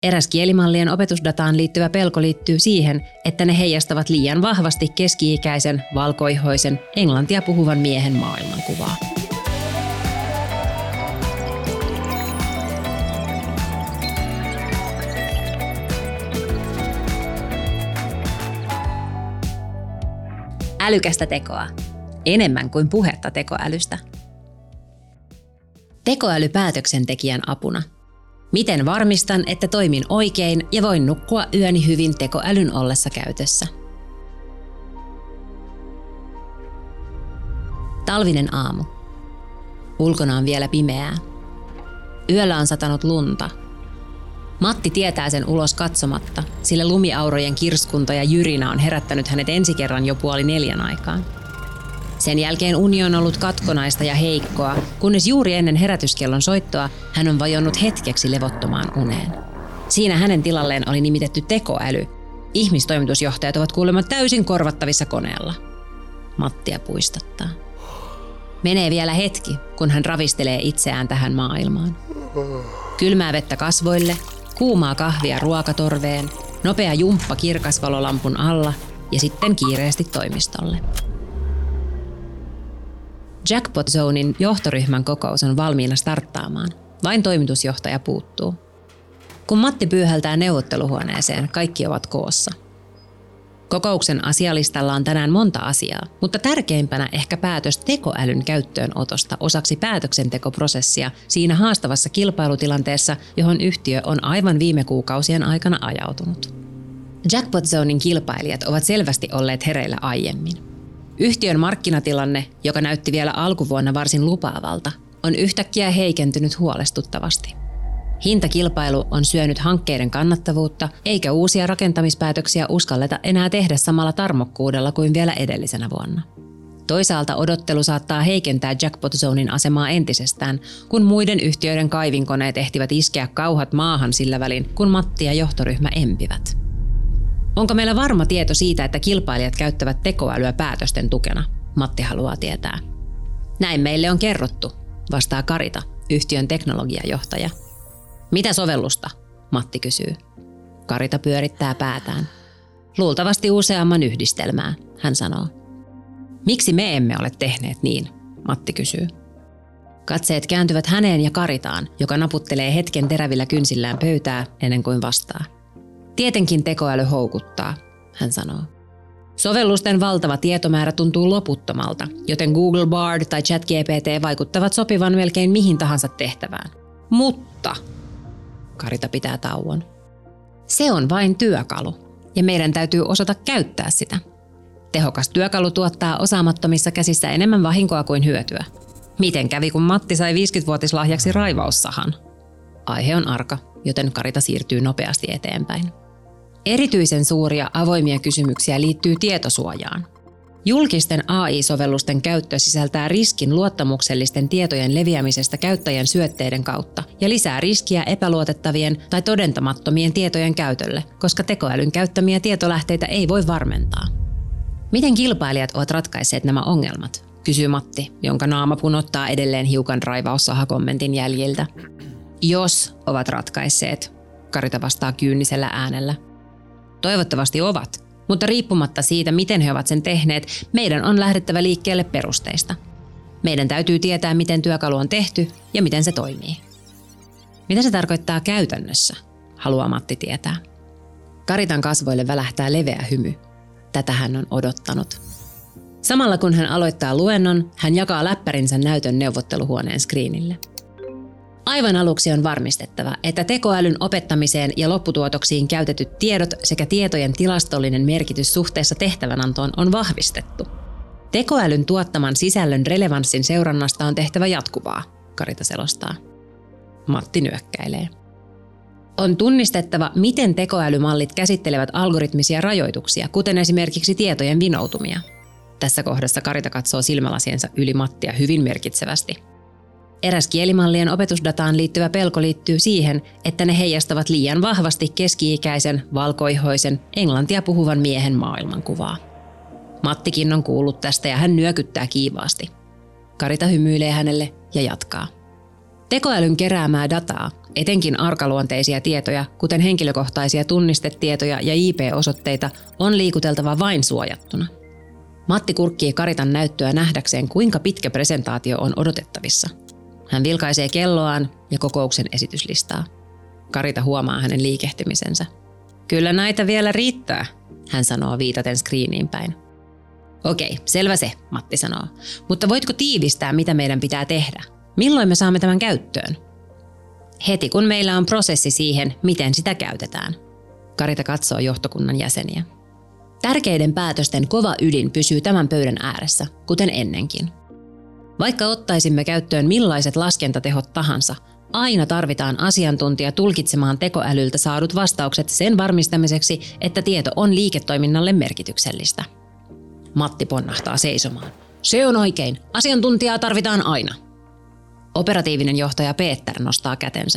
Eräs kielimallien opetusdataan liittyvä pelko liittyy siihen, että ne heijastavat liian vahvasti keski-ikäisen, valkoihoisen, englantia puhuvan miehen maailmankuvaa. Älykästä tekoa. Enemmän kuin puhetta tekoälystä. Tekoäly päätöksentekijän apuna. Miten varmistan, että toimin oikein ja voin nukkua yöni hyvin tekoälyn ollessa käytössä? Talvinen aamu. Ulkona on vielä pimeää. Yöllä on satanut lunta. Matti tietää sen ulos katsomatta, sillä lumiaurojen kirskunta ja jyrinä on herättänyt hänet ensi kerran jo 3:30 aikaan. Sen jälkeen uni on ollut katkonaista ja heikkoa, kunnes juuri ennen herätyskellon soittoa hän on vajonnut hetkeksi levottomaan uneen. Siinä hänen tilalleen oli nimitetty tekoäly. Ihmistoimitusjohtajat ovat kuulemma täysin korvattavissa koneella. Mattia puistattaa. Menee vielä hetki, kun hän ravistelee itseään tähän maailmaan. Kylmää vettä kasvoille, kuumaa kahvia ruokatorveen, nopea jumppa kirkasvalolampun alla ja sitten kiireesti toimistolle. Jackpot Zonen johtoryhmän kokous on valmiina starttaamaan. Vain toimitusjohtaja puuttuu. Kun Matti pyyhältää neuvotteluhuoneeseen, kaikki ovat koossa. Kokouksen asialistalla on tänään monta asiaa, mutta tärkeimpänä ehkä päätös tekoälyn käyttöönotosta osaksi päätöksentekoprosessia siinä haastavassa kilpailutilanteessa, johon yhtiö on aivan viime kuukausien aikana ajautunut. Jackpot Zonen kilpailijat ovat selvästi olleet hereillä aiemmin. Yhtiön markkinatilanne, joka näytti vielä alkuvuonna varsin lupaavalta, on yhtäkkiä heikentynyt huolestuttavasti. Hintakilpailu on syönyt hankkeiden kannattavuutta, eikä uusia rakentamispäätöksiä uskalleta enää tehdä samalla tarmokkuudella kuin vielä edellisenä vuonna. Toisaalta odottelu saattaa heikentää Jackpot Zonen asemaa entisestään, kun muiden yhtiöiden kaivinkoneet ehtivät iskeä kauhat maahan sillä välin, kun Matti ja johtoryhmä empivät. Onko meillä varma tieto siitä, että kilpailijat käyttävät tekoälyä päätösten tukena? Matti haluaa tietää. Näin meille on kerrottu, vastaa Karita, yhtiön teknologiajohtaja. Mitä sovellusta? Matti kysyy. Karita pyörittää päätään. Luultavasti useamman yhdistelmää, hän sanoo. Miksi me emme ole tehneet niin? Matti kysyy. Katseet kääntyvät häneen ja Karitaan, joka naputtelee hetken terävillä kynsillään pöytää ennen kuin vastaa. Tietenkin tekoäly houkuttaa, hän sanoo. Sovellusten valtava tietomäärä tuntuu loputtomalta, joten Google Bard tai ChatGPT vaikuttavat sopivan melkein mihin tahansa tehtävään. Mutta, Karita pitää tauon. Se on vain työkalu, ja meidän täytyy osata käyttää sitä. Tehokas työkalu tuottaa osaamattomissa käsissä enemmän vahinkoa kuin hyötyä. Miten kävi, kun Matti sai 50-vuotislahjaksi raivaussahan? Aihe on arka, joten Karita siirtyy nopeasti eteenpäin. Erityisen suuria avoimia kysymyksiä liittyy tietosuojaan. Julkisten AI-sovellusten käyttö sisältää riskin luottamuksellisten tietojen leviämisestä käyttäjän syötteiden kautta ja lisää riskiä epäluotettavien tai todentamattomien tietojen käytölle, koska tekoälyn käyttämiä tietolähteitä ei voi varmentaa. Miten kilpailijat ovat ratkaisseet nämä ongelmat? Kysyy Matti, jonka naama punottaa edelleen hiukan raivaussahakommentin jäljiltä. Jos ovat ratkaisseet, Karita vastaa kyynisellä äänellä. Toivottavasti ovat, mutta riippumatta siitä, miten he ovat sen tehneet, meidän on lähdettävä liikkeelle perusteista. Meidän täytyy tietää, miten työkalu on tehty ja miten se toimii. Mitä se tarkoittaa käytännössä, haluaa Matti tietää. Karitan kasvoille välähtää leveä hymy. Tätä hän on odottanut. Samalla kun hän aloittaa luennon, hän jakaa läppärinsä näytön neuvotteluhuoneen screenille. Aivan aluksi on varmistettava, että tekoälyn opettamiseen ja lopputuotoksiin käytetyt tiedot sekä tietojen tilastollinen merkitys suhteessa tehtävänantoon on vahvistettu. Tekoälyn tuottaman sisällön relevanssin seurannasta on tehtävä jatkuvaa, Karita selostaa. Matti nyökkäilee. On tunnistettava, miten tekoälymallit käsittelevät algoritmisia rajoituksia, kuten esimerkiksi tietojen vinoutumia. Tässä kohdassa Karita katsoo silmälasiensa yli Mattia hyvin merkitsevästi. Eräs kielimallien opetusdataan liittyvä pelko liittyy siihen, että ne heijastavat liian vahvasti keski-ikäisen, valkoihoisen, englantia puhuvan miehen maailmankuvaa. Mattikin on kuullut tästä ja hän nyökyttää kiivaasti. Karita hymyilee hänelle ja jatkaa. Tekoälyn keräämää dataa etenkin arkaluonteisia tietoja, kuten henkilökohtaisia tunnistetietoja ja IP-osoitteita, on liikuteltava vain suojattuna. Matti kurkkii Karitan näyttöä nähdäkseen, kuinka pitkä presentaatio on odotettavissa. Hän vilkaisee kelloaan ja kokouksen esityslistaa. Karita huomaa hänen liikehtimisensä. Kyllä näitä vielä riittää, hän sanoo viitaten screeniin päin. Okei, selvä se, Matti sanoo. Mutta voitko tiivistää, mitä meidän pitää tehdä? Milloin me saamme tämän käyttöön? Heti kun meillä on prosessi siihen, miten sitä käytetään. Karita katsoo johtokunnan jäseniä. Tärkeiden päätösten kova ydin pysyy tämän pöydän ääressä, kuten ennenkin. Vaikka ottaisimme käyttöön millaiset laskentatehot tahansa, aina tarvitaan asiantuntija tulkitsemaan tekoälyltä saadut vastaukset sen varmistamiseksi, että tieto on liiketoiminnalle merkityksellistä. Matti ponnahtaa seisomaan. Se on oikein. Asiantuntijaa tarvitaan aina. Operatiivinen johtaja Peter nostaa kätensä.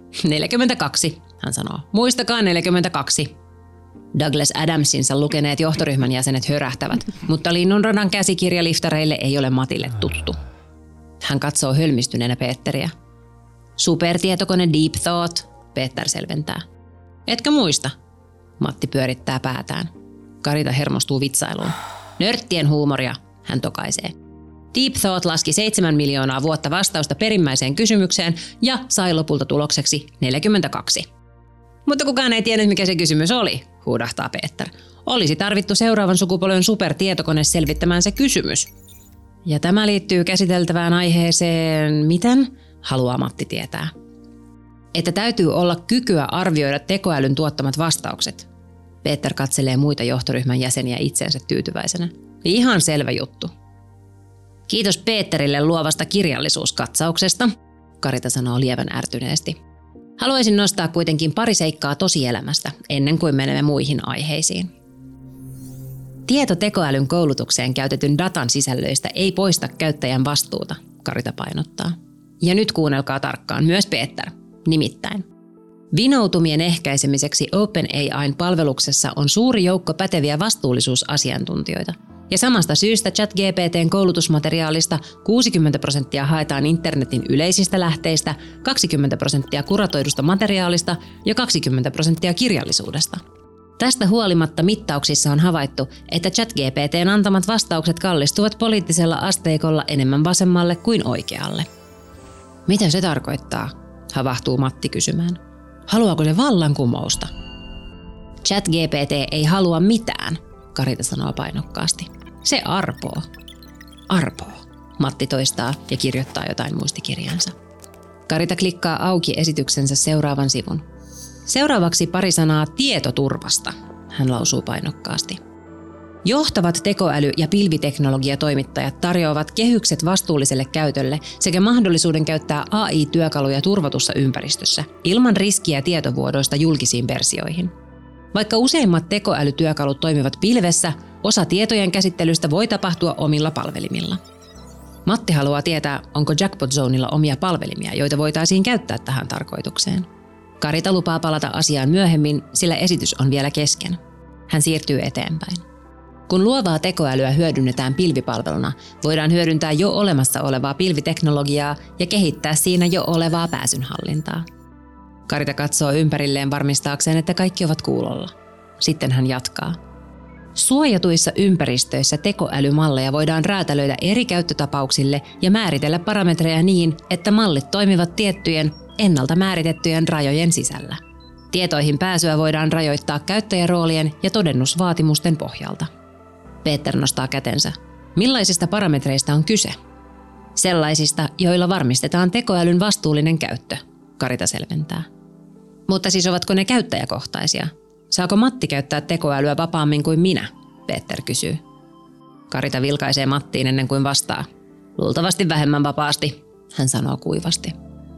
42, hän sanoo. Muistakaa 42. Douglas Adamsinsa lukeneet johtoryhmän jäsenet hörähtävät, mutta linnunradan käsikirja liftareille ei ole Matille tuttu. Hän katsoo hölmistyneenä Peteriä. Supertietokone Deep Thought, Peter selventää. Etkö muista? Matti pyörittää päätään. Karita hermostuu vitsailuun. Nörttien huumoria, hän tokaisee. Deep Thought laski 7 miljoonaa vuotta vastausta perimmäiseen kysymykseen ja sai lopulta tulokseksi 42. Mutta kukaan ei tiennyt, mikä se kysymys oli, huudahtaa Peter. Olisi tarvittu seuraavan sukupolven supertietokone selvittämään se kysymys. Ja tämä liittyy käsiteltävään aiheeseen miten? Haluaa Matti tietää. Että täytyy olla kykyä arvioida tekoälyn tuottamat vastaukset. Peter katselee muita johtoryhmän jäseniä itsensä tyytyväisenä. Ihan selvä juttu. Kiitos Peterille luovasta kirjallisuuskatsauksesta, Karita sanoo lievän ärtyneesti. Haluaisin nostaa kuitenkin pari seikkaa tosielämästä ennen kuin menemme muihin aiheisiin. Tieto tekoälyn koulutukseen käytetyn datan sisällöistä ei poista käyttäjän vastuuta, Karita painottaa. Ja nyt kuunnelkaa tarkkaan myös Peter, nimittäin. Vinoutumien ehkäisemiseksi OpenAI:n palveluksessa on suuri joukko päteviä vastuullisuusasiantuntijoita. Ja samasta syystä ChatGPT:n koulutusmateriaalista 60% haetaan internetin yleisistä lähteistä, 20% kuratoidusta materiaalista ja 20% kirjallisuudesta. Tästä huolimatta mittauksissa on havaittu, että ChatGPT:n antamat vastaukset kallistuvat poliittisella asteikolla enemmän vasemmalle kuin oikealle. Mitä se tarkoittaa? Havahtuu Matti kysymään. Haluaako se vallankumousta? ChatGPT ei halua mitään, Karita sanoo painokkaasti. Se arpoo. Arpoo, Matti toistaa ja kirjoittaa jotain muistikirjaansa. Karita klikkaa auki esityksensä seuraavan sivun. Seuraavaksi pari sanaa tietoturvasta, hän lausuu painokkaasti. Johtavat tekoäly- ja pilviteknologiatoimittajat tarjoavat kehykset vastuulliselle käytölle sekä mahdollisuuden käyttää AI-työkaluja turvatussa ympäristössä ilman riskiä tietovuodoista julkisiin versioihin. Vaikka useimmat tekoälytyökalut toimivat pilvessä, osa tietojen käsittelystä voi tapahtua omilla palvelimilla. Matti haluaa tietää, onko Jackpot Zonella omia palvelimia, joita voitaisiin käyttää tähän tarkoitukseen. Karita lupaa palata asiaan myöhemmin, sillä esitys on vielä kesken. Hän siirtyy eteenpäin. Kun luovaa tekoälyä hyödynnetään pilvipalveluna, voidaan hyödyntää jo olemassa olevaa pilviteknologiaa ja kehittää siinä jo olevaa pääsynhallintaa. Karita katsoo ympärilleen varmistaakseen, että kaikki ovat kuulolla. Sitten hän jatkaa. Suojatuissa ympäristöissä tekoälymalleja voidaan räätälöidä eri käyttötapauksille ja määritellä parametreja niin, että mallit toimivat tiettyjen, ennalta määritettyjen rajojen sisällä. Tietoihin pääsyä voidaan rajoittaa käyttäjäroolien ja todennusvaatimusten pohjalta. Peter nostaa kätensä. Millaisista parametreista on kyse? Sellaisista, joilla varmistetaan tekoälyn vastuullinen käyttö, Karita selventää. Mutta siis ovatko ne käyttäjäkohtaisia? Saako Matti käyttää tekoälyä vapaammin kuin minä? Peter kysyy. Karita vilkaisee Mattiin ennen kuin vastaa. Luultavasti vähemmän vapaasti, hän sanoo kuivasti.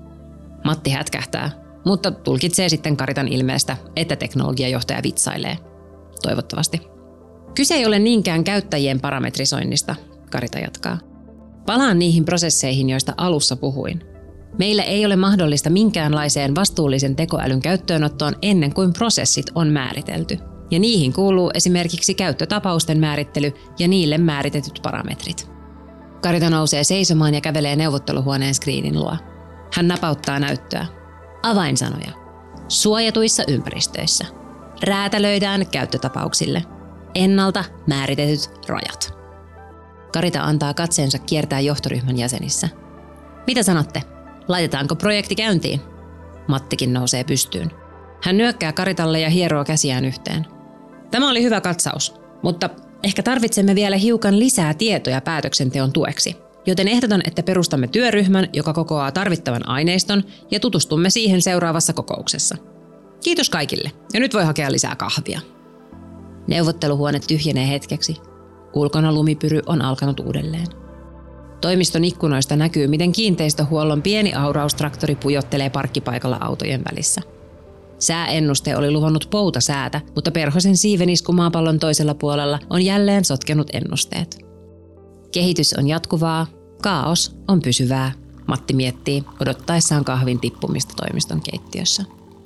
Matti hätkähtää, mutta tulkitsee sitten Karitan ilmeestä, että teknologiajohtaja vitsailee. Toivottavasti. Kyse ei ole niinkään käyttäjien parametrisoinnista, Karita jatkaa. Palaan niihin prosesseihin, joista alussa puhuin. Meillä ei ole mahdollista minkäänlaiseen vastuullisen tekoälyn käyttöönottoon ennen kuin prosessit on määritelty. Ja niihin kuuluu esimerkiksi käyttötapausten määrittely ja niille määritetyt parametrit. Karita nousee seisomaan ja kävelee neuvotteluhuoneen screenin luo. Hän napauttaa näyttöä. Avainsanoja. Suojatuissa ympäristöissä. Räätälöidään käyttötapauksille. Ennalta määritetyt rajat. Karita antaa katseensa kiertää johtoryhmän jäsenissä. Mitä sanotte? Laitetaanko projekti käyntiin? Mattikin nousee pystyyn. Hän nyökkää Karitalle ja hieroo käsiään yhteen. Tämä oli hyvä katsaus, mutta ehkä tarvitsemme vielä hiukan lisää tietoja päätöksenteon tueksi. Joten ehdotan, että perustamme työryhmän, joka kokoaa tarvittavan aineiston ja tutustumme siihen seuraavassa kokouksessa. Kiitos kaikille, ja nyt voi hakea lisää kahvia. Neuvotteluhuone tyhjenee hetkeksi. Ulkona lumipyry on alkanut uudelleen. Toimiston ikkunoista näkyy, miten kiinteistöhuollon pieni auraustraktori pujottelee parkkipaikalla autojen välissä. Sääennuste oli luvannut poutasäätä, mutta perhosen siivenisku maapallon toisella puolella on jälleen sotkenut ennusteet. Kehitys on jatkuvaa, kaos on pysyvää, Matti miettii odottaessaan kahvin tippumista toimiston keittiössä.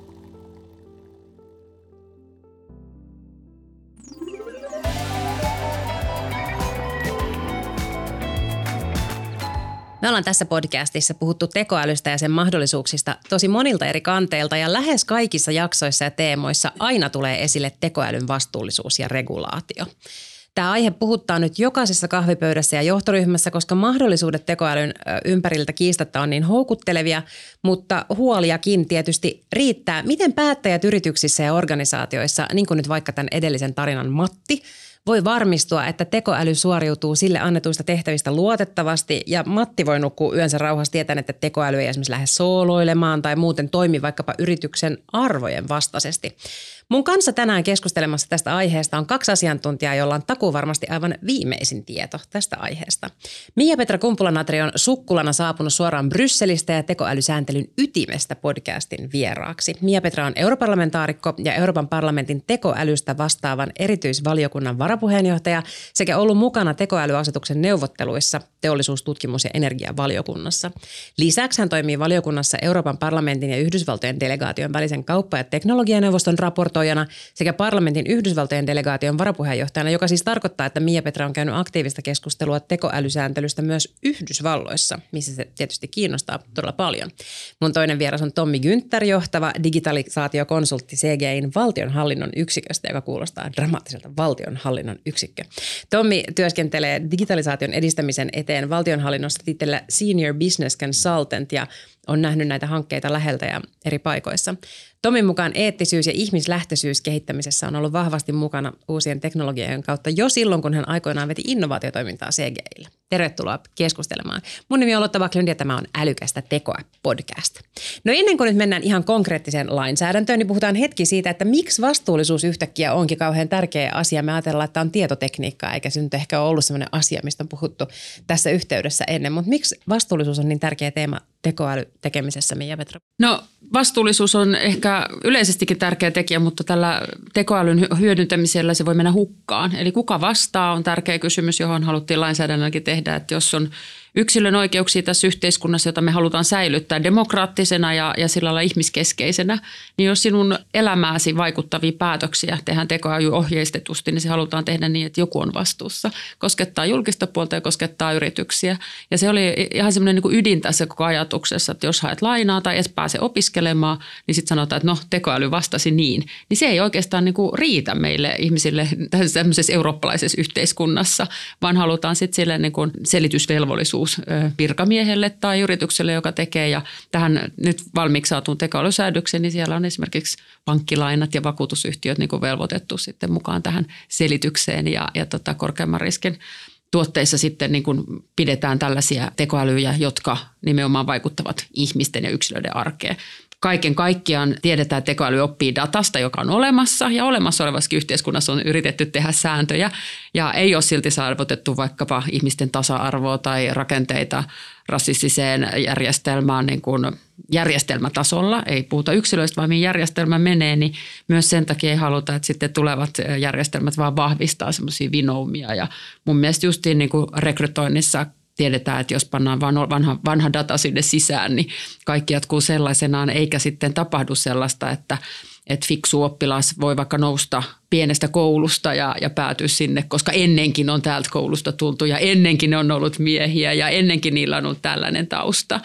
Me ollaan tässä podcastissa puhuttu tekoälystä ja sen mahdollisuuksista tosi monilta eri kanteilta ja lähes kaikissa jaksoissa ja teemoissa aina tulee esille tekoälyn vastuullisuus ja regulaatio. Tämä aihe puhuttaa nyt jokaisessa kahvipöydässä ja johtoryhmässä, koska mahdollisuudet tekoälyn ympäriltä kiistatta on niin houkuttelevia, mutta huoliakin tietysti riittää. Miten päättäjät yrityksissä ja organisaatioissa, niin kuin nyt vaikka tämän edellisen tarinan Matti, voi varmistua, että tekoäly suoriutuu sille annetuista tehtävistä luotettavasti ja Matti voi nukkua yönsä rauhassa tietäen, että tekoäly ei esimerkiksi lähde sooloilemaan tai muuten toimi vaikkapa yrityksen arvojen vastaisesti. Mun kanssa tänään keskustelemassa tästä aiheesta on 2 asiantuntijaa, jolla on takuuvarmasti aivan viimeisin tieto tästä aiheesta. Miia-Petra Kumpula-Natri on sukkulana saapunut suoraan Brysselistä ja tekoälysääntelyn ytimestä podcastin vieraaksi. Miia-Petra on europarlamentaarikko ja Euroopan parlamentin tekoälystä vastaavan erityisvaliokunnan varapuheenjohtaja sekä ollut mukana tekoälyasetuksen neuvotteluissa teollisuus-, tutkimus- ja energiavaliokunnassa. Lisäksi hän toimii valiokunnassa Euroopan parlamentin ja Yhdysvaltojen delegaation välisen kauppa- ja teknologianeuvoston raportoijana sekä parlamentin Yhdysvaltojen delegaation varapuheenjohtajana, joka siis tarkoittaa, että Miia-Petra on käynyt aktiivista keskustelua tekoälysääntelystä myös Yhdysvalloissa, missä se tietysti kiinnostaa todella paljon. Mun toinen vieras on Tommi Günther, johtava digitalisaatiokonsultti CGI:n valtionhallinnon yksiköstä, joka kuulostaa dramaattiselta valtionhallinnon yksikkö. Tommi työskentelee digitalisaation edistämisen eteen valtionhallinnossa titellä Senior Business Consultant ja on nähnyt näitä hankkeita läheltä ja eri paikoissa. Tomin mukaan eettisyys ja ihmislähtöisyys kehittämisessä on ollut vahvasti mukana uusien teknologioiden kautta jo silloin, kun hän aikoinaan veti innovaatiotoimintaa CGI:llä. Tervetuloa keskustelemaan. Mun nimi on Lotta Backlund ja tämä on Älykästä tekoa podcast. No ennen kuin nyt mennään ihan konkreettiseen lainsäädäntöön, niin puhutaan hetki siitä, että miksi vastuullisuus yhtäkkiä onkin kauhean tärkeä asia. Me ajatellaan, että tämä on tietotekniikkaa, eikä se nyt ehkä ole ollut sellainen asia, mistä on puhuttu tässä yhteydessä ennen. Mutta miksi vastuullisuus on niin tärkeä teema tekoälytekemisessä, Miia-Petra? No vastuullisuus on ehkä yleisestikin tärkeä tekijä, mutta tällä tekoälyn hyödyntämisellä se voi mennä hukkaan. Eli kuka vastaa on tärkeä kysymys, johon haluttiin lainsäädännölläkin tehdä, että jos on yksilön oikeuksia tässä yhteiskunnassa, jota me halutaan säilyttää demokraattisena ja sillä lailla ihmiskeskeisenä, niin jos sinun elämääsi vaikuttavia päätöksiä tehdään tekoälyohjeistetusti, niin se halutaan tehdä niin, että joku on vastuussa. Koskettaa julkista puolta ja koskettaa yrityksiä. Ja se oli ihan semmoinen niin kuin ydin tässä koko ajatuksessa, että jos haet lainaa tai edes pääse opiskelemaan, niin sitten sanotaan, että no tekoäly vastasi niin. Niin se ei oikeastaan niin kuin riitä meille ihmisille tämmöisessä eurooppalaisessa yhteiskunnassa, vaan halutaan sitten sille niin kuin selitysvelvollisuus virkamiehelle tai yritykselle, joka tekee. Ja tähän nyt valmiiksi saatuun tekoälysäädökseen, niin siellä on esimerkiksi pankkilainat ja vakuutusyhtiöt niin kuin velvoitettu sitten mukaan tähän selitykseen ja korkeamman riskin tuotteissa sitten niin kuin pidetään tällaisia tekoälyjä, jotka nimenomaan vaikuttavat ihmisten ja yksilöiden arkeen. Kaiken kaikkiaan tiedetään, että tekoäly oppii datasta, joka on olemassa ja olemassa olevassa yhteiskunnassa on yritetty tehdä sääntöjä ja ei ole silti saavutettu vaikkapa ihmisten tasa-arvoa tai rakenteita rasistiseen järjestelmään niin kuin järjestelmätasolla. Ei puhuta yksilöistä, vaan mihin järjestelmä menee, niin myös sen takia ei haluta, että sitten tulevat järjestelmät vaan vahvistaa semmoisia vinoumia ja mun mielestä justiin niin kuin rekrytoinnissa tiedetään, että jos pannaan vanha data sinne sisään, niin kaikki jatkuu sellaisenaan, eikä sitten tapahdu sellaista, että fiksu oppilas voi vaikka nousta pienestä koulusta ja päätyä sinne, koska ennenkin on täältä koulusta tultu ja ennenkin on ollut miehiä ja ennenkin niillä on ollut tällainen tausta.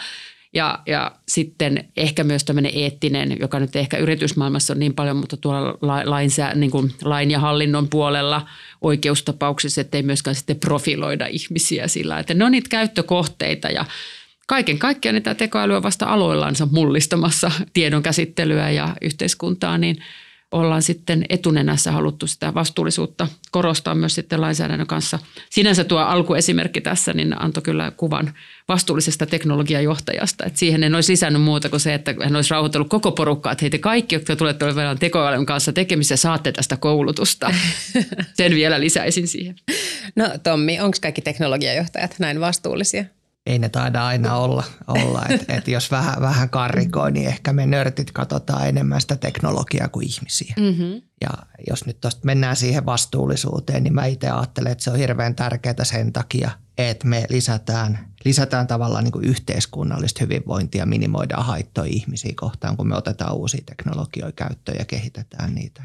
Ja sitten ehkä myös tämmöinen eettinen, joka nyt ehkä yritysmaailmassa on niin paljon, mutta tuolla niin kuin lain ja hallinnon puolella oikeustapauksissa, ettei myöskään sitten profiloida ihmisiä sillä, että ne on niitä käyttökohteita ja kaiken kaikkiaan niin tämä tekoäly on vasta aloillansa mullistamassa tiedon käsittelyä ja yhteiskuntaa, niin ollaan sitten etunenässä haluttu sitä vastuullisuutta korostaa myös sitten lainsäädännön kanssa. Sinänsä tuo alkuesimerkki tässä niin antoi kyllä kuvan vastuullisesta teknologiajohtajasta. Että siihen en olisi lisännyt muuta kuin se, että hän olisi rauhoitellut koko porukkaa, että heitä kaikki, jotka tulette olemaan tekoälyn kanssa tekemisissä, saatte tästä koulutusta. Sen vielä lisäisin siihen. No Tommi, onko kaikki teknologiajohtajat näin vastuullisia? Ei ne taida aina olla. että jos vähän karrikoi, niin ehkä me nörtit katsotaan enemmän sitä teknologiaa kuin ihmisiä. Mm-hmm. Ja jos nyt tuosta mennään siihen vastuullisuuteen, niin mä itse ajattelen, että se on hirveän tärkeää sen takia, että me lisätään tavallaan niin kuin yhteiskunnallista hyvinvointia, minimoidaan haittoja ihmisiä kohtaan, kun me otetaan uusia teknologioita käyttöön ja kehitetään niitä.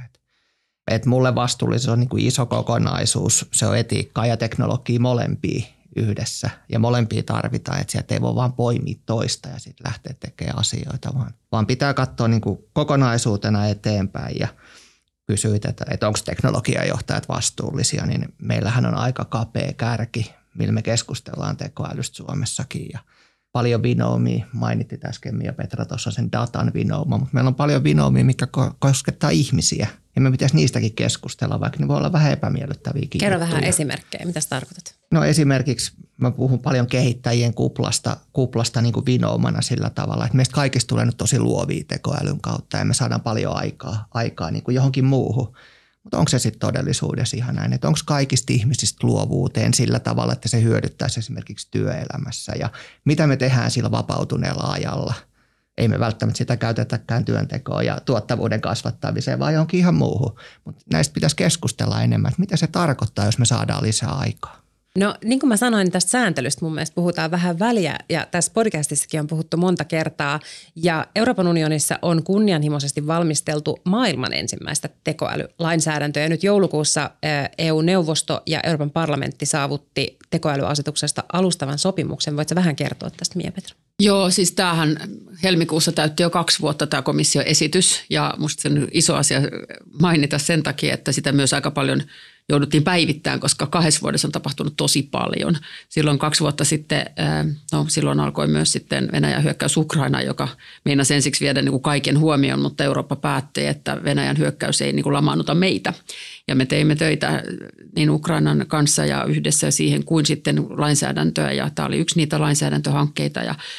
Et mulle vastuullisuus on niin kuin iso kokonaisuus, se on etiikkaa ja teknologia molempia yhdessä ja molempia tarvitaan, että sieltä ei voi vaan poimia toista ja sitten lähteä tekemään asioita, vaan pitää katsoa niin kuin kokonaisuutena eteenpäin ja kysyä, että onko teknologiajohtajat vastuullisia, niin meillähän on aika kapea kärki, millä me keskustellaan tekoälystä Suomessakin ja paljon vinoumia, mainittiin äsken ja Petra tuossa sen datan vinouma, mutta meillä on paljon vinoumia, mikä koskettaa ihmisiä ja me pitäisi niistäkin keskustella, vaikka ne voi olla vähän epämiellyttäviäkin. Kerro vähän esimerkkejä, mitä sä tarkoitat? No esimerkiksi mä puhun paljon kehittäjien kuplasta niin kuin vinoumana sillä tavalla, että meistä kaikista tulee nyt tosi luovia tekoälyn kautta ja me saadaan paljon aikaa niin kuin johonkin muuhun. Mutta onko se sitten todellisuudessa ihan näin, että onko kaikista ihmisistä luovuuteen sillä tavalla, että se hyödyttäisi esimerkiksi työelämässä ja mitä me tehdään sillä vapautuneella ajalla? Ei me välttämättä sitä käytetäkään työntekoon ja tuottavuuden kasvattamiseen, vaan johonkin ihan muuhun. Mutta näistä pitäisi keskustella enemmän, että mitä se tarkoittaa, jos me saadaan lisää aikaa. No niin kuin mä sanoin, tästä sääntelystä mun mielestä puhutaan vähän väliä ja tässä podcastissakin on puhuttu monta kertaa ja Euroopan unionissa on kunnianhimoisesti valmisteltu maailman ensimmäistä tekoälylainsäädäntöä ja nyt joulukuussa EU-neuvosto ja Euroopan parlamentti saavutti tekoälyasetuksesta alustavan sopimuksen. Voitko vähän kertoa tästä, Mia-Petra? Joo, siis tämähän helmikuussa täytti jo 2 vuotta tämä komission esitys ja musta se on iso asia mainita sen takia, että sitä myös aika paljon jouduttiin päivittämään, koska 2 vuodessa on tapahtunut tosi paljon. Silloin 2 vuotta sitten, silloin alkoi myös sitten Venäjän hyökkäys Ukrainaan, joka meinasi ensiksi viedä niin kuin kaiken huomioon, mutta Eurooppa päätti, että Venäjän hyökkäys ei niin kuin lamaannuta meitä. Ja me teimme töitä niin Ukrainan kanssa ja yhdessä siihen kuin sitten lainsäädäntöä ja tämä oli yksi niitä lainsäädäntöhankkeita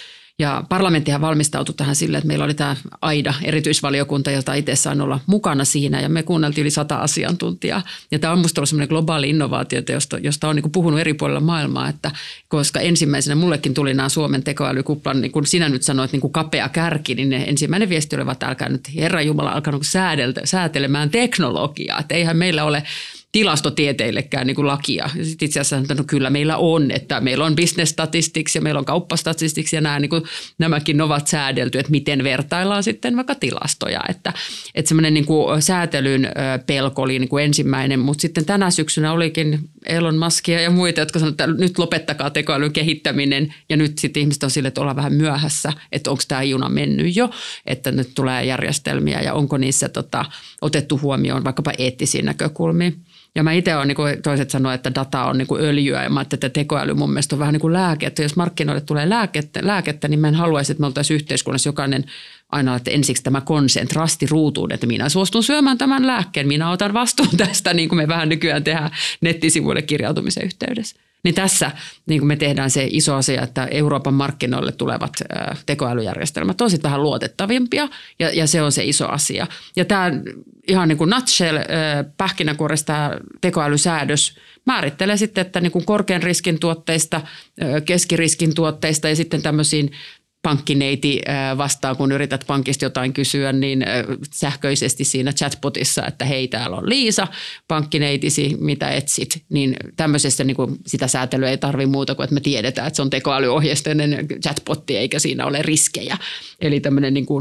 ja parlamenttihan valmistautui tähän sille, että meillä oli tämä AIDA-erityisvaliokunta, jota itse sain olla mukana siinä ja me kuunneltiin yli 100 asiantuntijaa. Ja tämä on minusta ollut sellainen globaali innovaatio, josta on niin kuin puhunut eri puolilla maailmaa, että koska ensimmäisenä mullekin tuli nämä Suomen tekoälykuplan, niin kuin sinä nyt sanoit, niin kuin kapea kärki, niin ensimmäinen viesti oli, että älkää nyt Herranjumala alkanut säätelemään teknologiaa, että eihän meillä ole tilastotieteillekään niin kuin lakia. Sitten itse asiassa no kyllä meillä on, että meillä on business statistics ja meillä on kauppastatistics ja nämäkin ovat säädelty, että miten vertaillaan sitten vaikka tilastoja. Että semmoinen niin kuin säätelyn pelko oli niin kuin ensimmäinen, mutta sitten tänä syksynä olikin Elon Muskia ja muita, jotka sanoivat, että nyt lopettakaa tekoälyn kehittäminen ja nyt sitten ihmiset on sille, että ollaan vähän myöhässä, että onko tämä juna mennyt jo, että nyt tulee järjestelmiä ja onko niissä otettu huomioon vaikkapa eettisiä näkökulmia. Ja mä itse olen, niin kuin toiset sanoo, että data on niin kuin öljyä ja mä ajattelin, että tekoäly mun mielestä on vähän niin kuin lääke. Että jos markkinoille tulee lääkettä, niin mä en haluaisi, että me oltaisiin yhteiskunnassa jokainen aina, että ensiksi tämä konsentrasti ruutuun, että minä suostun syömään tämän lääkkeen, minä otan vastuun tästä, niin kuin me vähän nykyään tehdään nettisivuille kirjautumisen yhteydessä. Niin tässä niin kuin me tehdään se iso asia, että Euroopan markkinoille tulevat tekoälyjärjestelmät on sitten vähän luotettavimpia ja se on se iso asia. Ja tämä ihan niin kuin nutshell pähkinänkuoresta tämä tekoälysäädös määrittelee sitten, että niin kuin korkean riskin tuotteista, keskiriskin tuotteista ja sitten tämmöisiin pankkineiti vastaa, kun yrität pankista jotain kysyä, niin sähköisesti siinä chatbotissa, että hei, täällä on Liisa, pankkineitisi, mitä etsit. Niin tämmöisessä niin kuin sitä säätelyä ei tarvitse muuta kuin, että me tiedetään, että se on tekoälyohjeisteinen chatbotti, eikä siinä ole riskejä. Eli tämmöinen niin kuin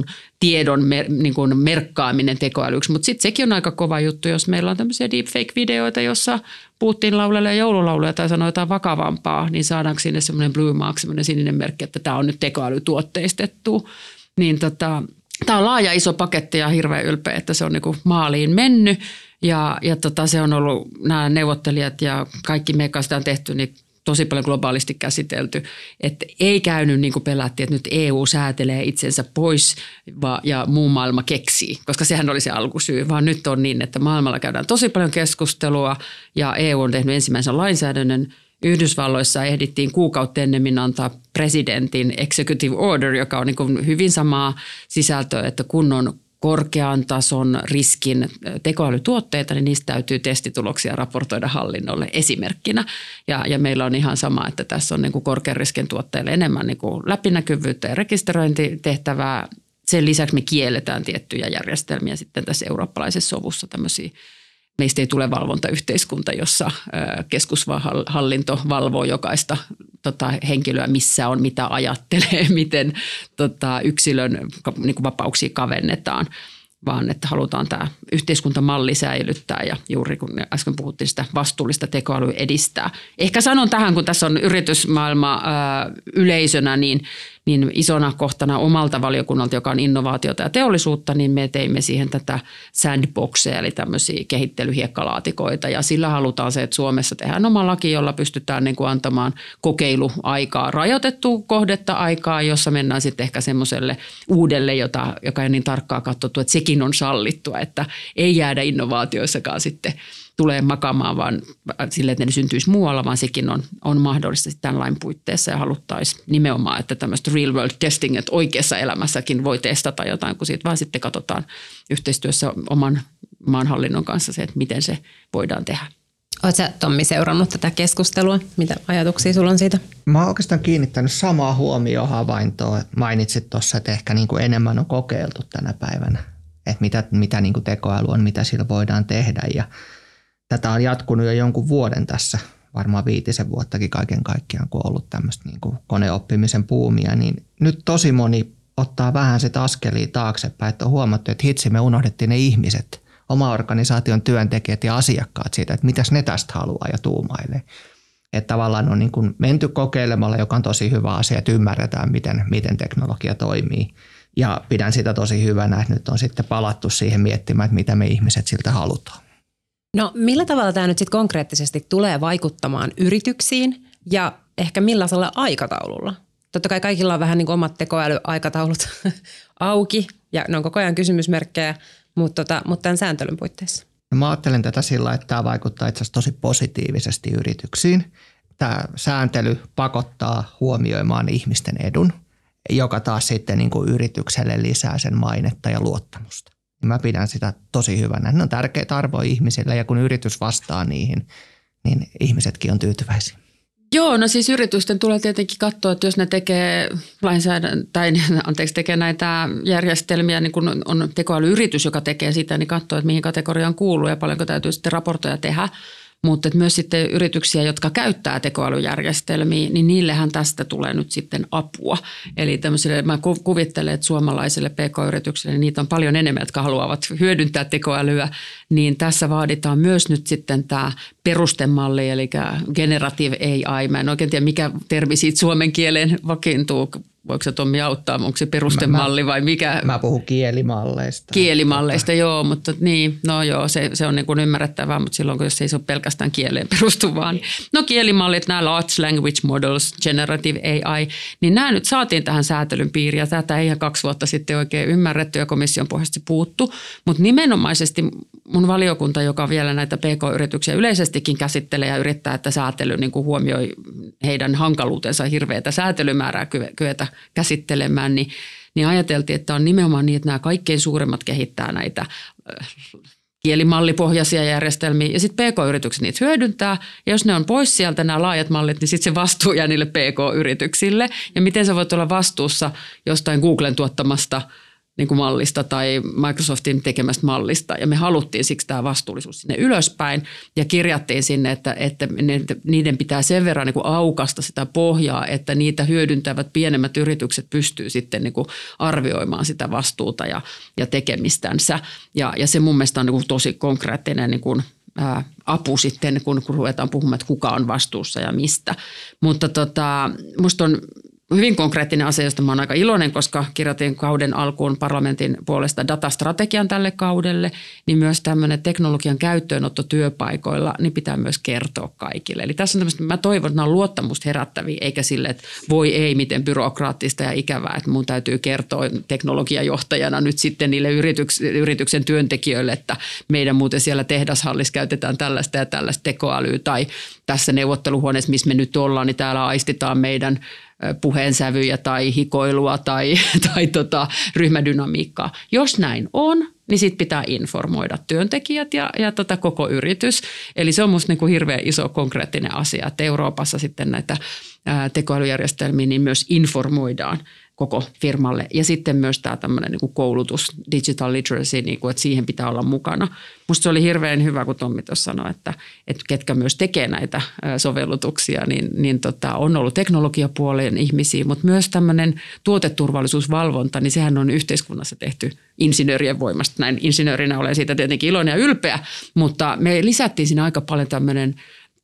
tiedon niin kuin merkkaaminen tekoälyksi. Mutta sitten sekin on aika kova juttu, jos meillä on tämmöisiä deepfake-videoita, jossa Putin laulelee joululauluja tai sanoo jotain vakavampaa, niin saadaanko sinne semmoinen blue mark, semmoinen sininen merkki, että tämä on nyt tekoälytuotteistettu. Niin tämä on laaja iso paketti ja hirveän ylpeä, että se on niin kuin maaliin mennyt. Ja se on ollut nämä neuvottelijat ja kaikki me, jotka sitä on tehty, niin tosi paljon globaalisti käsitelty, että ei käynyt niin kuin pelättiin, että nyt EU säätelee itsensä pois ja muu maailma keksii, koska sehän oli se alkusyy, vaan nyt on niin, että maailmalla käydään tosi paljon keskustelua ja EU on tehnyt ensimmäisen lainsäädännön. Yhdysvalloissa ehdittiin kuukautta ennemmin antaa presidentin executive order, joka on niin kuin hyvin samaa sisältöä, että kun on korkean tason riskin tekoälytuotteita, niin niistä täytyy testituloksia raportoida hallinnolle esimerkkinä. Ja meillä on ihan sama, että tässä on niin kuin korkean riskin tuotteille enemmän niin kuin läpinäkyvyyttä ja rekisteröintitehtävää. Sen lisäksi me kielletään tiettyjä järjestelmiä sitten tässä eurooppalaisessa sovussa tämmöisiä. Meistä ei tule valvontayhteiskunta, jossa keskushallinto valvoo jokaista henkilöä, missä on, mitä ajattelee, miten yksilön niin kuin vapauksia kavennetaan, vaan että halutaan tämä yhteiskuntamalli säilyttää ja juuri kun äsken puhuttiin sitä vastuullista tekoälyä edistää. Ehkä sanon tähän, kun tässä on yritysmaailma yleisönä, niin isona kohtana omalta valiokunnalta, joka on innovaatiota ja teollisuutta, niin me teimme siihen tätä sandboxia, eli tämmöisiä kehittelyhiekkalaatikoita. Ja sillä halutaan se, että Suomessa tehdään oma laki, jolla pystytään niin kuin antamaan kokeiluaikaa, rajoitettua kohdetta aikaa, jossa mennään sitten ehkä semmoiselle uudelle, joka ei niin tarkkaan katsottu, että sekin on sallittua, että ei jäädä innovaatioissakaan sitten tulee makaamaan vaan sille, että ne syntyisi muualla, vaan sekin on mahdollista tämän lain puitteissa ja haluttaisiin nimenomaan, että tämmöistä real world testing, että oikeassa elämässäkin voi testata jotain, kun siitä vaan sitten katsotaan yhteistyössä oman maanhallinnon kanssa se, että miten se voidaan tehdä. Oletko sä, Tommi, seurannut tätä keskustelua? Mitä ajatuksia sulla on siitä? Mä oon oikeastaan kiinnittänyt samaa huomioon havaintoa. Mainitsit tuossa, että ehkä niin kuin enemmän on kokeiltu tänä päivänä, että mitä niin kuin tekoäly on, mitä sillä voidaan tehdä ja tätä on jatkunut jo jonkun vuoden tässä, varmaan 5 vuottakin kaiken kaikkiaan, kun on ollut tämmöistä niin kuin koneoppimisen buumia, niin nyt tosi moni ottaa vähän sitä askelia taaksepäin, että on huomattu, että hitsi, me unohdettiin ne ihmiset, oma organisaation työntekijät ja asiakkaat siitä, että mitäs ne tästä haluaa ja tuumailee. Että tavallaan on niin kuin menty kokeilemalla, joka on tosi hyvä asia, että ymmärretään, miten teknologia toimii. Ja pidän sitä tosi hyvänä, että nyt on sitten palattu siihen miettimään, että mitä me ihmiset siltä halutaan. No millä tavalla tämä nyt sitten konkreettisesti tulee vaikuttamaan yrityksiin ja ehkä millaisella aikataululla? Totta kai kaikilla on vähän niin kuin omat tekoälyaikataulut auki ja ne on koko ajan kysymysmerkkejä, mutta tämän sääntelyn puitteissa. No mä ajattelen tätä sillä, että tämä vaikuttaa itse asiassa tosi positiivisesti yrityksiin. Tämä sääntely pakottaa huomioimaan ihmisten edun, joka taas sitten niin kuin yritykselle lisää sen mainetta ja luottamusta. Mä pidän sitä tosi hyvänä. Ne on tärkeitä arvoja ihmisille ja kun yritys vastaa niihin, niin ihmisetkin on tyytyväisiä. Joo, no siis yritysten tulee tietenkin katsoa, että jos ne tekee tekee näitä järjestelmiä, niin kun on tekoälyyritys, joka tekee sitä, niin katsoo, että mihin kategoriaan kuuluu ja paljonko täytyy sitten raportoja tehdä. Mutta myös sitten yrityksiä, jotka käyttää tekoälyjärjestelmiä, niin niillehän tästä tulee nyt sitten apua. Eli tämmöisille, mä kuvittelen, että suomalaisille pk-yrityksille, niitä on paljon enemmän, jotka haluavat hyödyntää tekoälyä, niin tässä vaaditaan myös nyt sitten tämä perustemalli, eli generative AI. Mä en oikein tiedä, mikä termi siitä suomen kieleen vakiintuu. Voiko se Tommi auttaa? Onko se perustemalli vai mikä? Mä puhun kielimalleista. Kielimalleista, joo, mutta niin, no joo, se on niin kuin ymmärrettävää, mutta silloin kun se ei ole pelkästään kieleen perustuvaa. Niin, no kielimallit, nämä large language models, generative AI, niin nämä nyt saatiin tähän säätelyn piiriin ja tätä ei ihan 2 vuotta sitten oikein ymmärretty ja komission pohjasta puuttu, mutta nimenomaisesti mun valiokunta, joka vielä näitä pk-yrityksiä yleisestikin käsittelee ja yrittää, että säätely niin kuin huomioi heidän hankaluutensa hirveätä säätelymäärää kyetä käsittelemään, niin ajateltiin, että on nimenomaan niin, että nämä kaikkein suurimmat kehittää näitä kielimallipohjaisia järjestelmiä ja sitten pk-yritykset niitä hyödyntää ja jos ne on pois sieltä nämä laajat mallit, niin sitten se vastuu jää niille pk-yrityksille ja miten sä voit olla vastuussa jostain Googlen tuottamasta niin kuin mallista tai Microsoftin tekemästä mallista. Ja me haluttiin siksi tämä vastuullisuus sinne ylöspäin ja kirjattiin sinne, että niiden pitää sen verran niin kuin aukaista sitä pohjaa, että niitä hyödyntävät pienemmät yritykset pystyy sitten niin kuin arvioimaan sitä vastuuta ja tekemistänsä. Ja se mun mielestä on niin kuin tosi konkreettinen niin kuin apu sitten, kun ruvetaan puhumaan, että kuka on vastuussa ja mistä. Mutta musta on hyvin konkreettinen asia, josta mä oon aika iloinen, koska kirjoitin kauden alkuun parlamentin puolesta datastrategian tälle kaudelle, niin myös tämmöinen teknologian käyttöönotto työpaikoilla, niin pitää myös kertoa kaikille. Eli tässä on tämmöistä, mä toivon, että nämä on luottamusta herättäviä, eikä sille, että voi ei, miten byrokraattista ja ikävää, että mun täytyy kertoa teknologiajohtajana nyt sitten niille yrityksen työntekijöille, että meidän muuten siellä tehdashallissa käytetään tällaista ja tällaista tekoälyä, tai tässä neuvotteluhuoneessa, missä me nyt ollaan, niin täällä aistitaan meidän puheensävyjä tai hikoilua tai ryhmädynamiikkaa. Jos näin on, niin sitten pitää informoida työntekijät ja koko yritys. Eli se on musta niin kuin hirveän iso konkreettinen asia, että Euroopassa sitten näitä tekoälyjärjestelmiä niin myös informoidaan koko firmalle. Ja sitten myös tämä tämmöinen niin kuin koulutus, digital literacy, niin kuin, että siihen pitää olla mukana. Musta se oli hirveän hyvä, kun Tommi tuossa sanoi, että ketkä myös tekee näitä sovellutuksia, niin on ollut teknologiapuolen ihmisiä, mutta myös tämmöinen tuoteturvallisuusvalvonta, niin sehän on yhteiskunnassa tehty insinöörien voimasta. Näin insinöörinä olen siitä tietenkin iloinen ja ylpeä, mutta me lisättiin siinä aika paljon tämmöinen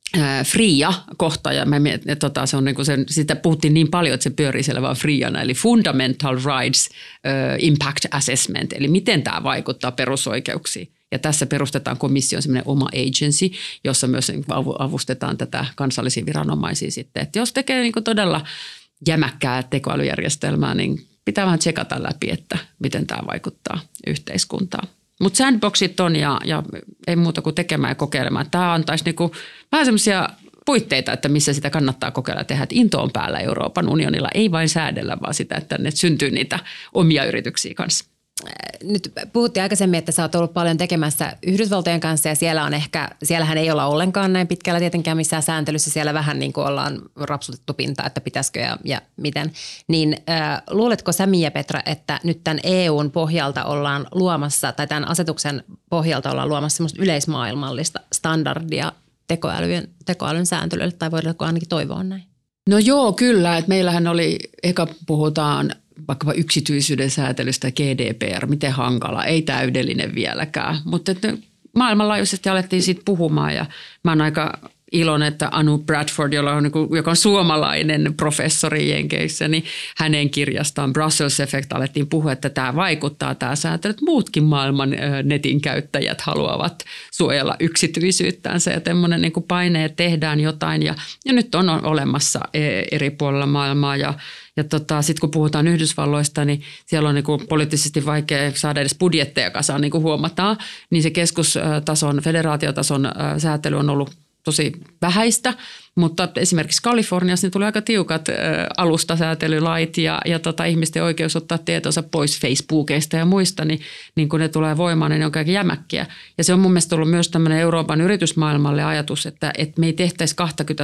FRIA-kohta, ja se on niinku sitä puhuttiin niin paljon, että se pyörii siellä vaan FRIAna, eli Fundamental Rights Impact Assessment, eli miten tämä vaikuttaa perusoikeuksiin. Ja tässä perustetaan komission semmoinen oma agency, jossa myös avustetaan tätä kansallisia viranomaisia sitten. Että jos tekee niinku todella jämäkkää tekoälyjärjestelmää, niin pitää vähän tsekata läpi, että miten tämä vaikuttaa yhteiskuntaan. Mutta sandboxit on ja ei muuta kuin tekemään ja kokeilemaan. Tämä antaisi niinku vähän semmoisia puitteita, että missä sitä kannattaa kokeilla tehdä. Että into on päällä Euroopan unionilla, ei vain säädellä, vaan sitä, että ne syntyy niitä omia yrityksiä kanssa. Nyt puhuttiin aikaisemmin, että sä oot ollut paljon tekemässä Yhdysvaltojen kanssa ja siellähän ei olla ollenkaan näin pitkällä tietenkään missään sääntelyssä. Siellä vähän niin kuin ollaan rapsutettu pintaa, että pitäisikö ja miten. Niin luuletko sä, Miia-Petra, että nyt tämän EUn pohjalta ollaan luomassa tai tämän asetuksen pohjalta ollaan luomassa semmoista yleismaailmallista standardia tekoälyn sääntelylle tai voidaanko ainakin toivoa näin? No joo, kyllä. Että meillähän oli, eka puhutaan vaikkapa yksityisyyden säätelystä GDPR, miten hankala, ei täydellinen vieläkään. Mutta maailmanlaajuisesti alettiin siitä puhumaan ja mä oon aika iloinen, että Anu Bradford, joka on suomalainen professori Jenkeissä, niin hänen kirjastaan Brussels Effect alettiin puhua, että tämä vaikuttaa tämä sääntely, että muutkin maailman netin käyttäjät haluavat suojella yksityisyyttänsä ja tämmöinen niin kuin paine, että tehdään jotain ja nyt on olemassa eri puolilla maailmaa ja sitten kun puhutaan Yhdysvalloista, niin siellä on niinku poliittisesti vaikea saada edes budjetteja kasaan, niin kuin huomataan, niin se keskustason, federaatiotason säätely on ollut tosi vähäistä, mutta esimerkiksi Kaliforniassa niin tuli aika tiukat alustasäätelylait ja ihmisten oikeus ottaa tietonsa pois Facebookista ja muista, niin kun ne tulee voimaan, niin ne on kaikki jämäkkiä. Ja se on mun mielestä ollut myös tämmöinen Euroopan yritysmaailmalle ajatus, että me ei tehtäisi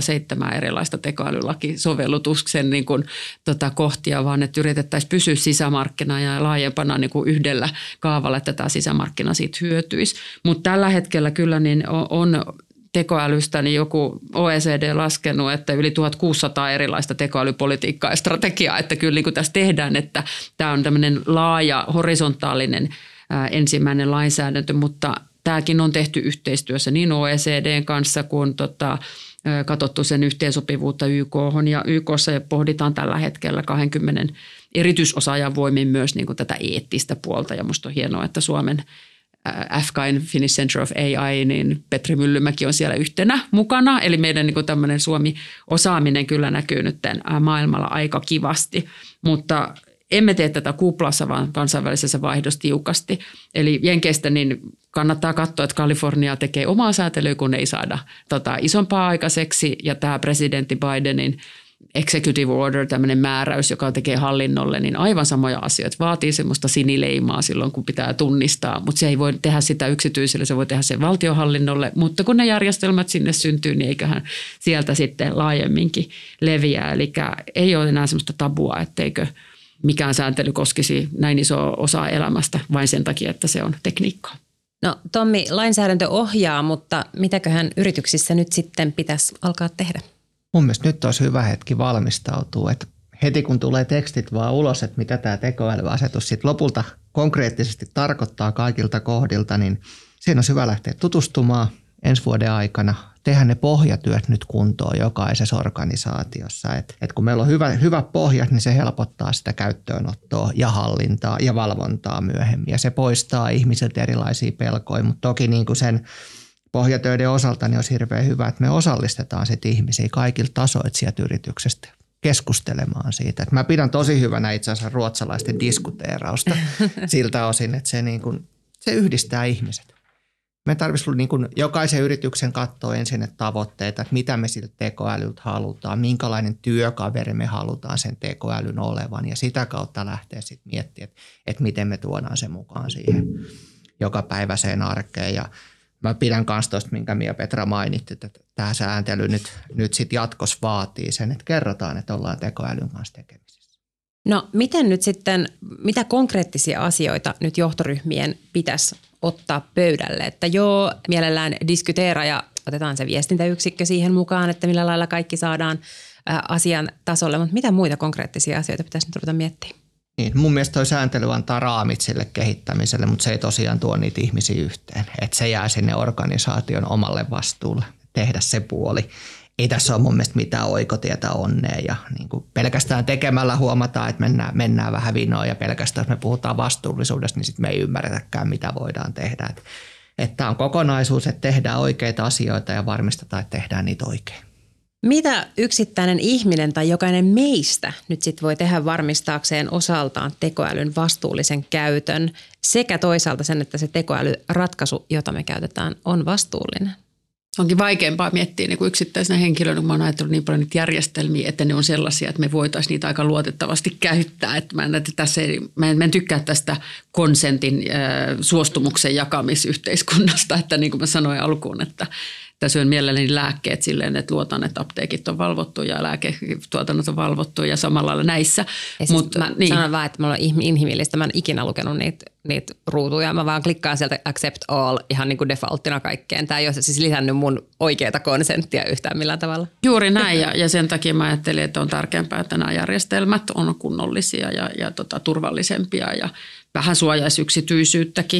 27 erilaista tekoälylakisovellutuksen niin kuin, kohtia, vaan että yritettäisiin pysyä sisämarkkina ja laajempana niin kuin yhdellä kaavalla, että tämä sisämarkkina siitä hyötyisi. Mutta tällä hetkellä kyllä niin on tekoälystä, niin joku OECD laskenut, että yli 1600 erilaista tekoälypolitiikkaa ja strategiaa, että kyllä niin kuin tässä tehdään, että tämä on tämmöinen laaja, horisontaalinen ensimmäinen lainsäädäntö, mutta tämäkin on tehty yhteistyössä niin OECDn kanssa kuin katsottu sen yhteensopivuutta YK:hon ja YK:ssa pohditaan tällä hetkellä 20 erityisosaajan voimin myös niin kuin tätä eettistä puolta ja musta on hienoa, että Suomen FKN Finnish Center of AI, niin Petri Myllymäki on siellä yhtenä mukana. Eli meidän niin kuin tämmöinen Suomi-osaaminen kyllä näkyy nyt maailmalla aika kivasti, mutta emme tee tätä kuplassa, vaan kansainvälisessä vaihdossa tiukasti. Eli Jenkeistä niin kannattaa katsoa, että Kalifornia tekee omaa säätelyä, kun ei saada isompaa aikaiseksi. Ja tämä presidentti Bidenin executive order, tämmöinen määräys, joka tekee hallinnolle, niin aivan samoja asioita. Vaatii semmoista sinileimaa silloin, kun pitää tunnistaa, mutta se ei voi tehdä sitä yksityiselle, se voi tehdä sen valtionhallinnolle, mutta kun ne järjestelmät sinne syntyy, niin eiköhän sieltä sitten laajemminkin leviä. Eli ei ole enää semmoista tabua, etteikö mikään sääntely koskisi näin isoa osaa elämästä vain sen takia, että se on tekniikkaa. No Tommi, lainsäädäntö ohjaa, mutta mitäköhän yrityksissä nyt sitten pitäisi alkaa tehdä? Mun mielestä nyt olisi hyvä hetki valmistautua, että heti kun tulee tekstit vaan ulos, että mitä tämä tekoälyasetus sitten lopulta konkreettisesti tarkoittaa kaikilta kohdilta, niin siinä on hyvä lähteä tutustumaan ensi vuoden aikana, tehdä ne pohjatyöt nyt kuntoon jokaisessa organisaatiossa. Et kun meillä on hyvä pohja, niin se helpottaa sitä käyttöönottoa ja hallintaa ja valvontaa myöhemmin. Ja se poistaa ihmisiltä erilaisia pelkoja, mutta toki niin kuin sen pohjatöiden osalta niin olisi hirveän hyvä, että me osallistetaan sit ihmisiä kaikilla tasoilla sieltä yrityksestä keskustelemaan siitä. Et mä pidän tosi hyvänä itse asiassa ruotsalaisten diskuteerausta siltä osin, että se yhdistää ihmiset. Me tarvitsisi niin kuin jokaisen yrityksen katsoa ensin ne tavoitteita, että mitä me siltä tekoälyltä halutaan, minkälainen työkaveri me halutaan sen tekoälyn olevan ja sitä kautta lähteä sitten miettimään, että miten me tuodaan se mukaan siihen jokapäiväiseen arkeen. Ja mä pidän myös tuosta, minkä Mia-Petra mainitsi, että tämä sääntely nyt sitten jatkossa vaatii sen, että kerrotaan, että ollaan tekoälyn kanssa tekemisissä. No miten nyt sitten, mitä konkreettisia asioita nyt johtoryhmien pitäisi ottaa pöydälle, että joo, mielellään diskuteera ja otetaan se viestintäyksikkö siihen mukaan, että millä lailla kaikki saadaan asian tasolle, mutta mitä muita konkreettisia asioita pitäisi nyt ruveta miettimään? Niin, mun mielestä toi sääntely antaa raamit sille kehittämiselle, mutta se ei tosiaan tuo niitä ihmisiä yhteen, että se jää sinne organisaation omalle vastuulle tehdä se puoli. Ei tässä ole mun mielestä mitään oikotietä onnea ja niin kuin pelkästään tekemällä huomataan, että mennään vähän vinoon ja pelkästään jos me puhutaan vastuullisuudesta, niin sitten me ei ymmärretäkään, mitä voidaan tehdä. Että tämä on kokonaisuus, että tehdään oikeita asioita ja varmistetaan, että tehdään niitä oikein. Mitä yksittäinen ihminen tai jokainen meistä nyt sitten voi tehdä varmistaakseen osaltaan tekoälyn vastuullisen käytön sekä toisaalta sen, että se tekoälyratkaisu, jota me käytetään, on vastuullinen? Onkin vaikeampaa miettiä niin kuin yksittäisenä henkilönä, kun mä oon ajatellut niin paljon niitä järjestelmiä, että ne on sellaisia, että me voitaisiin niitä aika luotettavasti käyttää. Että mä en tykkää tästä konsentin suostumuksen jakamisyhteiskunnasta, että niin kuin mä sanoin alkuun, että syön mielelläni lääkkeet silleen, että luotan, että apteekit on valvottu ja lääketuotannot on valvottu ja samalla lailla näissä. Mä sanon vaan, että mä olen inhimillistä. Mä en ikinä lukenut niitä ruutuja. Mä vaan klikkaan sieltä accept all ihan niin kuin defaulttina kaikkeen. Tämä ei ole siis lisännyt mun oikeaa konsenttia yhtään millään tavalla. Juuri näin ja sen takia mä ajattelin, että on tärkeämpää, että nämä järjestelmät on kunnollisia ja turvallisempia ja vähän suojaisi yksityisyyttäkin.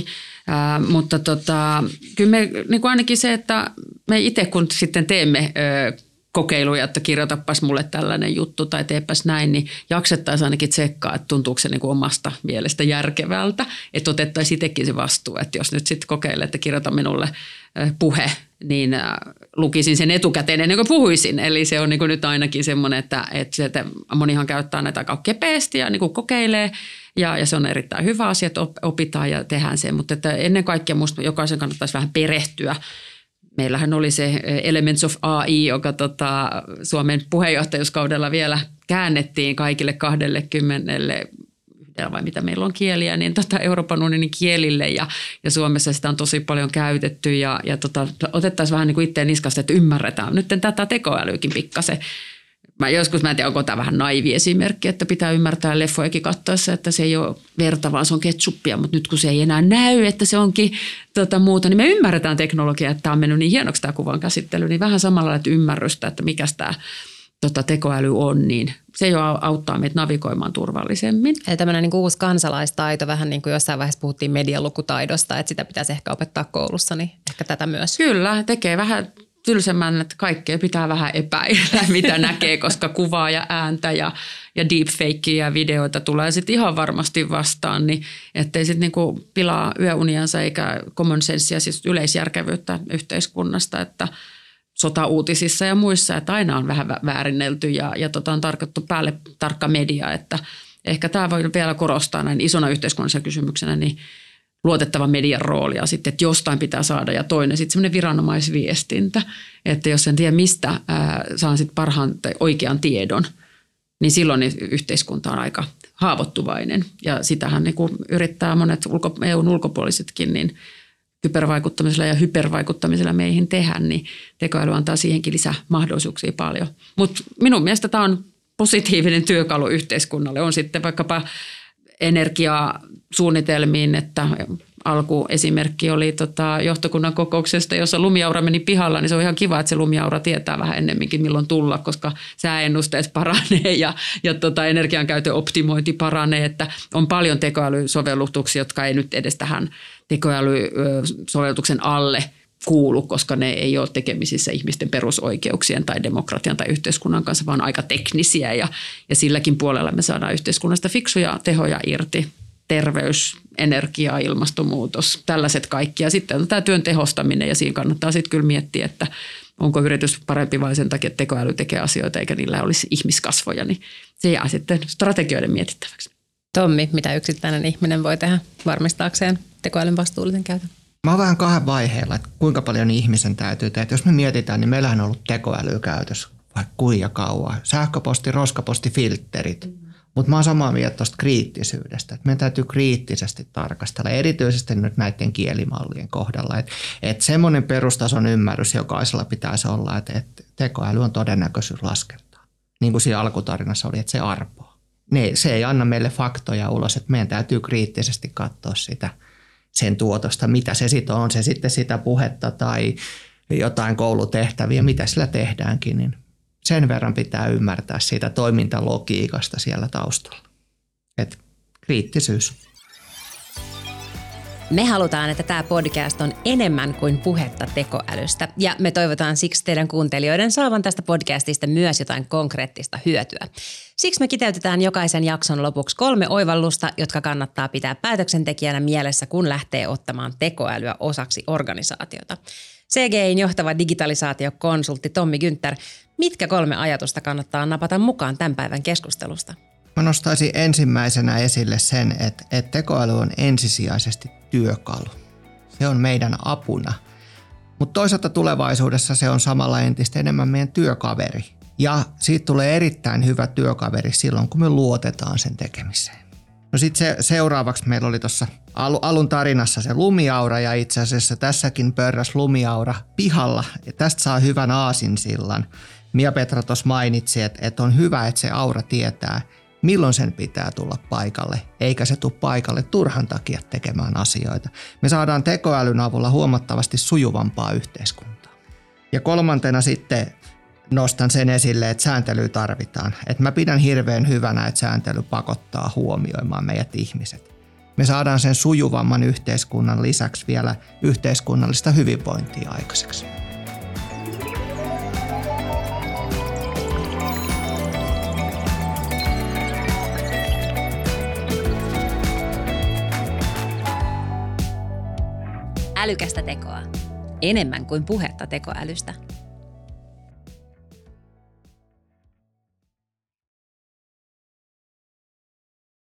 Mutta kyllä me niin kuin ainakin se, että me itse kun sitten teemme kokeiluja, että kirjoitapas mulle tällainen juttu tai teepäs näin, niin jaksettaisiin ainakin tsekkaa, että tuntuuko se niin kuin omasta mielestä järkevältä, että otettaisiin itsekin se vastuu, että jos nyt sitten kokeilee, että kirjoita minulle puhe, niin lukisin sen etukäteen ennen kuin puhuisin. Eli se on niin kuin nyt ainakin semmoinen, että monihan käyttää näitä aika kepeästi ja niin kuin kokeilee ja se on erittäin hyvä asia, että opitaan ja tehdään se, mutta että ennen kaikkea minusta jokaisen kannattaisi vähän perehtyä. Meillähän oli se Elements of AI, joka Suomen puheenjohtajuuskaudella vielä käännettiin kaikille 20 vai mitä meillä on kieliä, niin Euroopan unionin kielille ja Suomessa sitä on tosi paljon käytetty ja otettaisiin vähän niin kuin itteen niskasta, että ymmärretään. Nyt tätä tekoälyäkin pikkasen. Mä en tiedä, onko tämä vähän naivi esimerkki, että pitää ymmärtää leffojakin katsoessa, että se ei ole verta, vaan se on ketsuppia, mutta nyt kun se ei enää näy, että se onkin muuta, niin me ymmärretään teknologiaa, että tämä on mennyt niin hienoksi tämä kuvan käsittely, niin vähän samalla että ymmärrystä, että mikä tämä tekoäly on, niin se jo auttaa meitä navigoimaan turvallisemmin. Eli tämmöinen niin kuin uusi kansalaistaito, vähän niin kuin jossain vaiheessa puhuttiin medialukutaidosta, että sitä pitäisi ehkä opettaa koulussa, niin ehkä tätä myös. Kyllä, tekee vähän tylsemmän, että kaikkea pitää vähän epäillä, mitä näkee, koska kuvaa ja ääntä ja deepfakeja ja videoita tulee sitten ihan varmasti vastaan, niin ettei sitten niinku pilaa yöuniansa eikä common sensea, siis yleisjärkevyyttä yhteiskunnasta, että sotauutisissa ja muissa, että aina on vähän väärinnelty ja on tarkoittu päälle tarkka media, että ehkä tämä voi vielä korostaa näin isona yhteiskunnallisena kysymyksenä, niin luotettava median roolia sitten, että jostain pitää saada ja toinen sitten semmoinen viranomaisviestintä, että jos en tiedä mistä saan sitten parhaan tai oikean tiedon, niin silloin yhteiskunta on aika haavoittuvainen ja sitähän niin kuin yrittää monet EUn ulkopuolisetkin niin kybervaikuttamisella ja hypervaikuttamisella meihin tehdä, niin tekoäly antaa siihenkin lisää mahdollisuuksia paljon. Mutta minun mielestä tämä on positiivinen työkalu yhteiskunnalle. On sitten vaikkapa energiasuunnitelmiin, että alkuesimerkki oli johtokunnan kokouksesta, jossa lumiaura meni pihalla, niin se on ihan kiva, että se lumiaura tietää vähän ennemminkin milloin tulla, koska sääennusteet paranee ja energiankäytön optimointi paranee, että on paljon tekoälysovellutuksia, jotka ei nyt edes tähän tekoälysovellutuksen alle kuulu, koska ne ei ole tekemisissä ihmisten perusoikeuksien tai demokratian tai yhteiskunnan kanssa, vaan aika teknisiä ja silläkin puolella me saadaan yhteiskunnasta fiksuja tehoja irti. Terveys, energia, ilmastonmuutos, tällaiset kaikki. Ja sitten on tämä työn tehostaminen ja siinä kannattaa sitten kyllä miettiä, että onko yritys parempi vai sen takia, että tekoäly tekee asioita eikä niillä olisi ihmiskasvoja, niin se jää sitten strategioiden mietittäväksi. Tommi, mitä yksittäinen ihminen voi tehdä varmistaakseen tekoälyn vastuullisen käytön? Mä oon vähän kahden vaiheella, että kuinka paljon ihmisen täytyy tehdä. Jos me mietitään, niin meillähän on ollut tekoälyä käytössä vaikka kuinka kauan. Sähköposti, roskaposti, filterit. Mutta mä oon samaa mieltä tuosta kriittisyydestä, että meidän täytyy kriittisesti tarkastella, erityisesti nyt näiden kielimallien kohdalla. Että semmoinen perustason ymmärrys jokaisella pitäisi olla, että tekoäly on todennäköisyyslaskentaa. Niin kuin siinä alkutarinassa oli, että se arpoo. Se ei anna meille faktoja ulos, että meidän täytyy kriittisesti katsoa sitä sen tuotosta, mitä se sitten on, se sitten sitä puhetta tai jotain koulutehtäviä, mitä sillä tehdäänkin, niin sen verran pitää ymmärtää siitä toimintalogiikasta siellä taustalla. Et kriittisyys. Me halutaan, että tämä podcast on enemmän kuin puhetta tekoälystä ja me toivotaan siksi teidän kuuntelijoiden saavan tästä podcastista myös jotain konkreettista hyötyä. Siksi me kiteytetään jokaisen jakson lopuksi 3 oivallusta, jotka kannattaa pitää päätöksentekijänä mielessä, kun lähtee ottamaan tekoälyä osaksi organisaatiota. CGI:n johtava digitalisaatiokonsultti Tommi Günther, mitkä 3 ajatusta kannattaa napata mukaan tämän päivän keskustelusta? Mä nostaisin ensimmäisenä esille sen, että tekoäly on ensisijaisesti työkalu. Se on meidän apuna. Mutta toisaalta tulevaisuudessa se on samalla entistä enemmän meidän työkaveri. Ja siitä tulee erittäin hyvä työkaveri silloin, kun me luotetaan sen tekemiseen. No sitten seuraavaksi meillä oli tuossa alun tarinassa se lumiaura ja itse asiassa tässäkin pörräs lumiaura pihalla. Ja tästä saa hyvän aasinsillan. Mia-Petra tuossa mainitsi, että on hyvä, että se aura tietää, milloin sen pitää tulla paikalle, eikä se tule paikalle turhan takia tekemään asioita. Me saadaan tekoälyn avulla huomattavasti sujuvampaa yhteiskuntaa. Ja 3. sitten nostan sen esille, että sääntelyä tarvitaan. Että mä pidän hirveän hyvänä, että sääntely pakottaa huomioimaan meidät ihmiset. Me saadaan sen sujuvamman yhteiskunnan lisäksi vielä yhteiskunnallista hyvinvointia aikaiseksi. Älykästä tekoa. Enemmän kuin puhetta tekoälystä.